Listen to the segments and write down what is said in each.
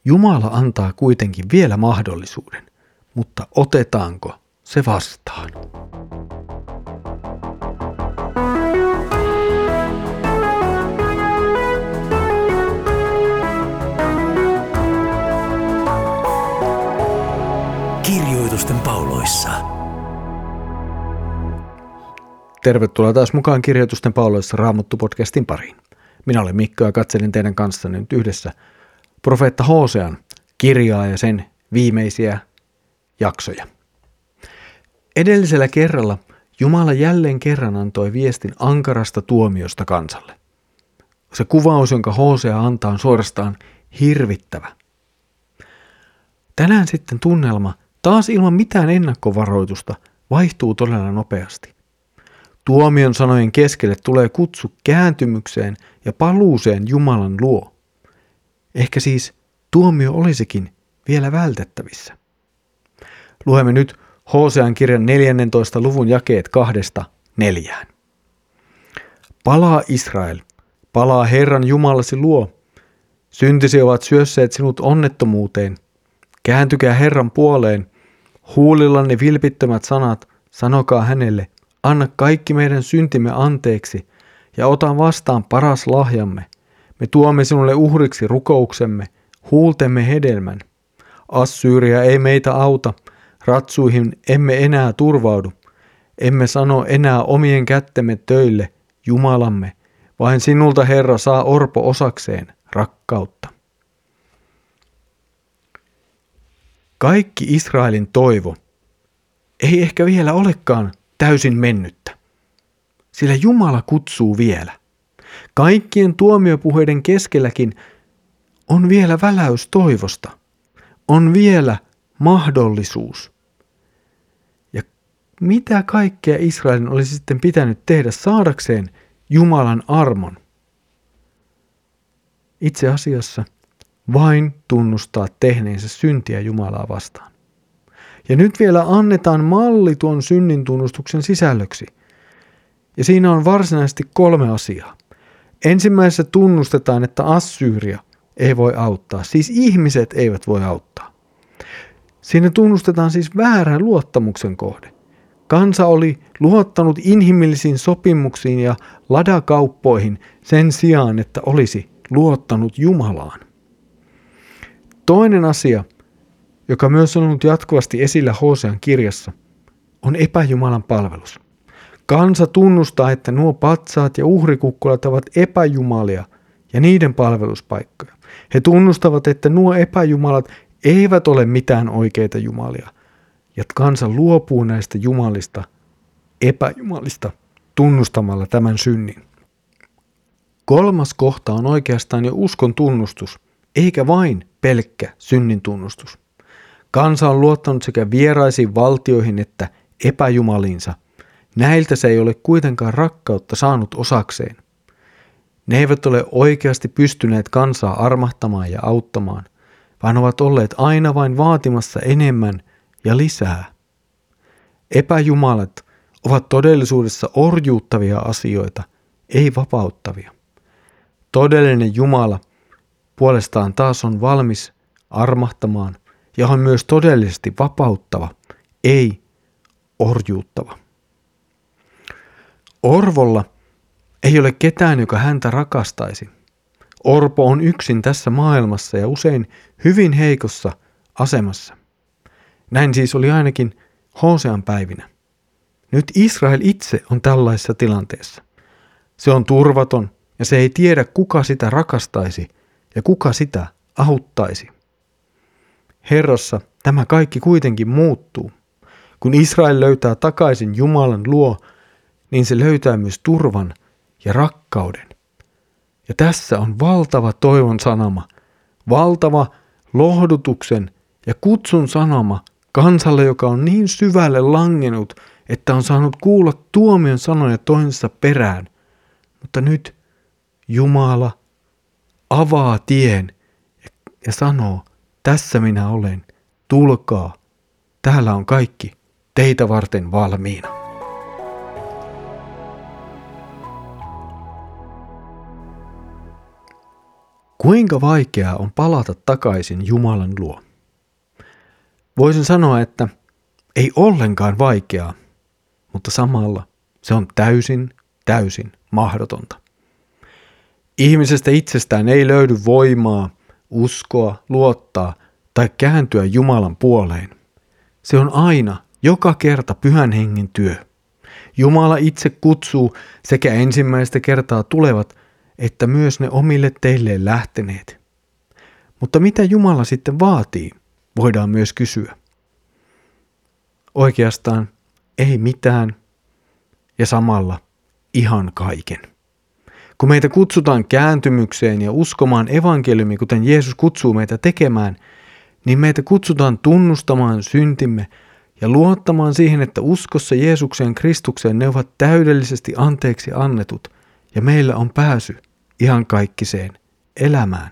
Jumala antaa kuitenkin vielä mahdollisuuden, mutta otetaanko se vastaan? Kirjoitusten pauloissa. Tervetuloa taas mukaan Kirjoitusten pauloissa Raamattu-podcastin pariin. Minä olen Mikko ja katselen teidän kanssanne nyt yhdessä profeetta Hosean kirjaa ja sen viimeisiä jaksoja. Edellisellä kerralla Jumala jälleen kerran antoi viestin ankarasta tuomiosta kansalle. Se kuvaus, jonka Hosea antaa, on suorastaan hirvittävä. Tänään sitten tunnelma, taas ilman mitään ennakkovaroitusta, vaihtuu todella nopeasti. Tuomion sanojen keskelle tulee kutsu kääntymykseen ja paluuseen Jumalan luo. Ehkä siis tuomio olisikin vielä vältettävissä. Luemme nyt Hosean kirjan 14. luvun jakeet 2-4. Palaa Israel, palaa Herran Jumalasi luo. Syntisi ovat syösseet sinut onnettomuuteen. Kääntykää Herran puoleen. Huulillanne vilpittömät sanat, sanokaa hänelle, anna kaikki meidän syntimme anteeksi ja ota vastaan paras lahjamme. Me tuomme sinulle uhriksi rukouksemme, huultemme hedelmän. Assyria ei meitä auta, ratsuihin emme enää turvaudu. Emme sano enää omien kättemme töille, Jumalamme, vain sinulta Herra saa orpo osakseen rakkautta. Kaikki Israelin toivo ei ehkä vielä olekaan täysin mennyttä, sillä Jumala kutsuu vielä. Kaikkien tuomiopuheiden keskelläkin on vielä väläys toivosta, on vielä mahdollisuus. Ja mitä kaikkea Israelin olisi sitten pitänyt tehdä saadakseen Jumalan armon? Itse asiassa vain tunnustaa tehneensä syntiä Jumalaa vastaan. Ja nyt vielä annetaan malli tuon synnin tunnustuksen sisällöksi. Ja siinä on varsinaisesti 3 asiaa. Ensimmäisessä tunnustetaan, että Assyria ei voi auttaa, siis ihmiset eivät voi auttaa. Siinä tunnustetaan siis väärä luottamuksen kohde. Kansa oli luottanut inhimillisiin sopimuksiin ja ladakauppoihin sen sijaan, että olisi luottanut Jumalaan. Toinen asia, joka myös on ollut jatkuvasti esillä Hosean kirjassa, on epäjumalan palvelus. Kansa tunnustaa, että nuo patsaat ja uhrikukkulat ovat epäjumalia ja niiden palveluspaikkoja. He tunnustavat, että nuo epäjumalat eivät ole mitään oikeita jumalia. Ja kansa luopuu näistä jumalista, epäjumalista, tunnustamalla tämän synnin. 3. kohta on oikeastaan jo uskon tunnustus, eikä vain pelkkä synnin tunnustus. Kansa on luottanut sekä vieraisiin valtioihin että epäjumaliinsa. Näiltä se ei ole kuitenkaan rakkautta saanut osakseen. Ne eivät ole oikeasti pystyneet kansaa armahtamaan ja auttamaan, vaan ovat olleet aina vain vaatimassa enemmän ja lisää. Epäjumalat ovat todellisuudessa orjuuttavia asioita, ei vapauttavia. Todellinen Jumala puolestaan taas on valmis armahtamaan ja on myös todellisesti vapauttava, ei orjuuttava. Orvolla ei ole ketään, joka häntä rakastaisi. Orpo on yksin tässä maailmassa ja usein hyvin heikossa asemassa. Näin siis oli ainakin Hosean päivinä. Nyt Israel itse on tällaisessa tilanteessa. Se on turvaton ja se ei tiedä, kuka sitä rakastaisi ja kuka sitä auttaisi. Herrassa tämä kaikki kuitenkin muuttuu. Kun Israel löytää takaisin Jumalan luo, niin se löytää myös turvan ja rakkauden. Ja tässä on valtava toivon sanoma, valtava lohdutuksen ja kutsun sanoma kansalle, joka on niin syvälle langennut, että on saanut kuulla tuomion sanoja toisensa perään. Mutta nyt Jumala avaa tien ja sanoo, tässä minä olen, tulkaa, täällä on kaikki teitä varten valmiina. Kuinka vaikeaa on palata takaisin Jumalan luo? Voisin sanoa, että ei ollenkaan vaikeaa, mutta samalla se on täysin mahdotonta. Ihmisestä itsestään ei löydy voimaa, uskoa, luottaa tai kääntyä Jumalan puoleen. Se on aina, joka kerta Pyhän Hengen työ. Jumala itse kutsuu sekä ensimmäistä kertaa tulevat, että myös ne omille teilleen lähteneet. Mutta mitä Jumala sitten vaatii, voidaan myös kysyä. Oikeastaan ei mitään ja samalla ihan kaiken. Kun meitä kutsutaan kääntymykseen ja uskomaan evankeliumi, kuten Jeesus kutsuu meitä tekemään, niin meitä kutsutaan tunnustamaan syntimme ja luottamaan siihen, että uskossa Jeesukseen Kristukseen ne ovat täydellisesti anteeksi annetut ja meillä on pääsy ihan kaikkiseen elämään.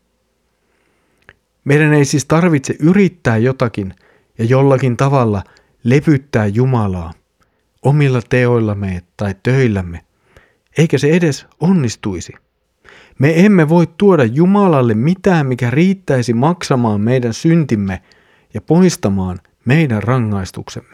Meidän ei siis tarvitse yrittää jotakin ja jollakin tavalla lepyttää Jumalaa omilla teoillamme tai töillämme, eikä se edes onnistuisi. Me emme voi tuoda Jumalalle mitään, mikä riittäisi maksamaan meidän syntimme ja poistamaan meidän rangaistuksemme.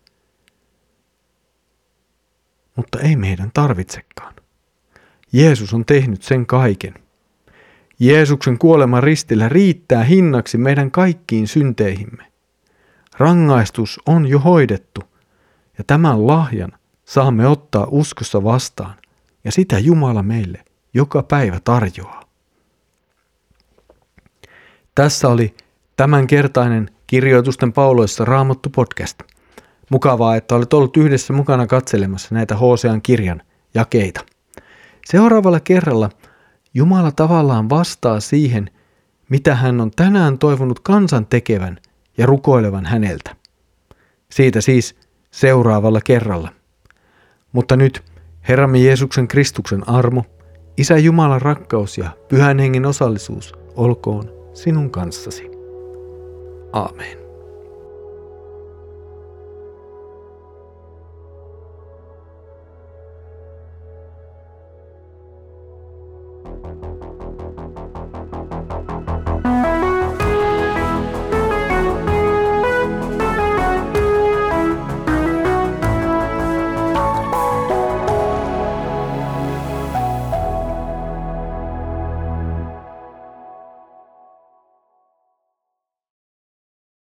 Mutta ei meidän tarvitsekaan. Jeesus on tehnyt sen kaiken. Jeesuksen kuolema ristillä riittää hinnaksi meidän kaikkiin synteihimme. Rangaistus on jo hoidettu ja tämän lahjan saamme ottaa uskossa vastaan ja sitä Jumala meille joka päivä tarjoaa. Tässä oli tämänkertainen Kirjoitusten pauloissa Raamattu podcast. Mukavaa, että olet ollut yhdessä mukana katselemassa näitä Hosean kirjan jakeita. Seuraavalla kerralla Jumala tavallaan vastaa siihen, mitä hän on tänään toivonut kansan tekevän ja rukoilevan häneltä. Siitä siis seuraavalla kerralla. Mutta nyt Herramme Jeesuksen Kristuksen armo, Isä Jumalan rakkaus ja Pyhän Hengen osallisuus olkoon sinun kanssasi. Aamen.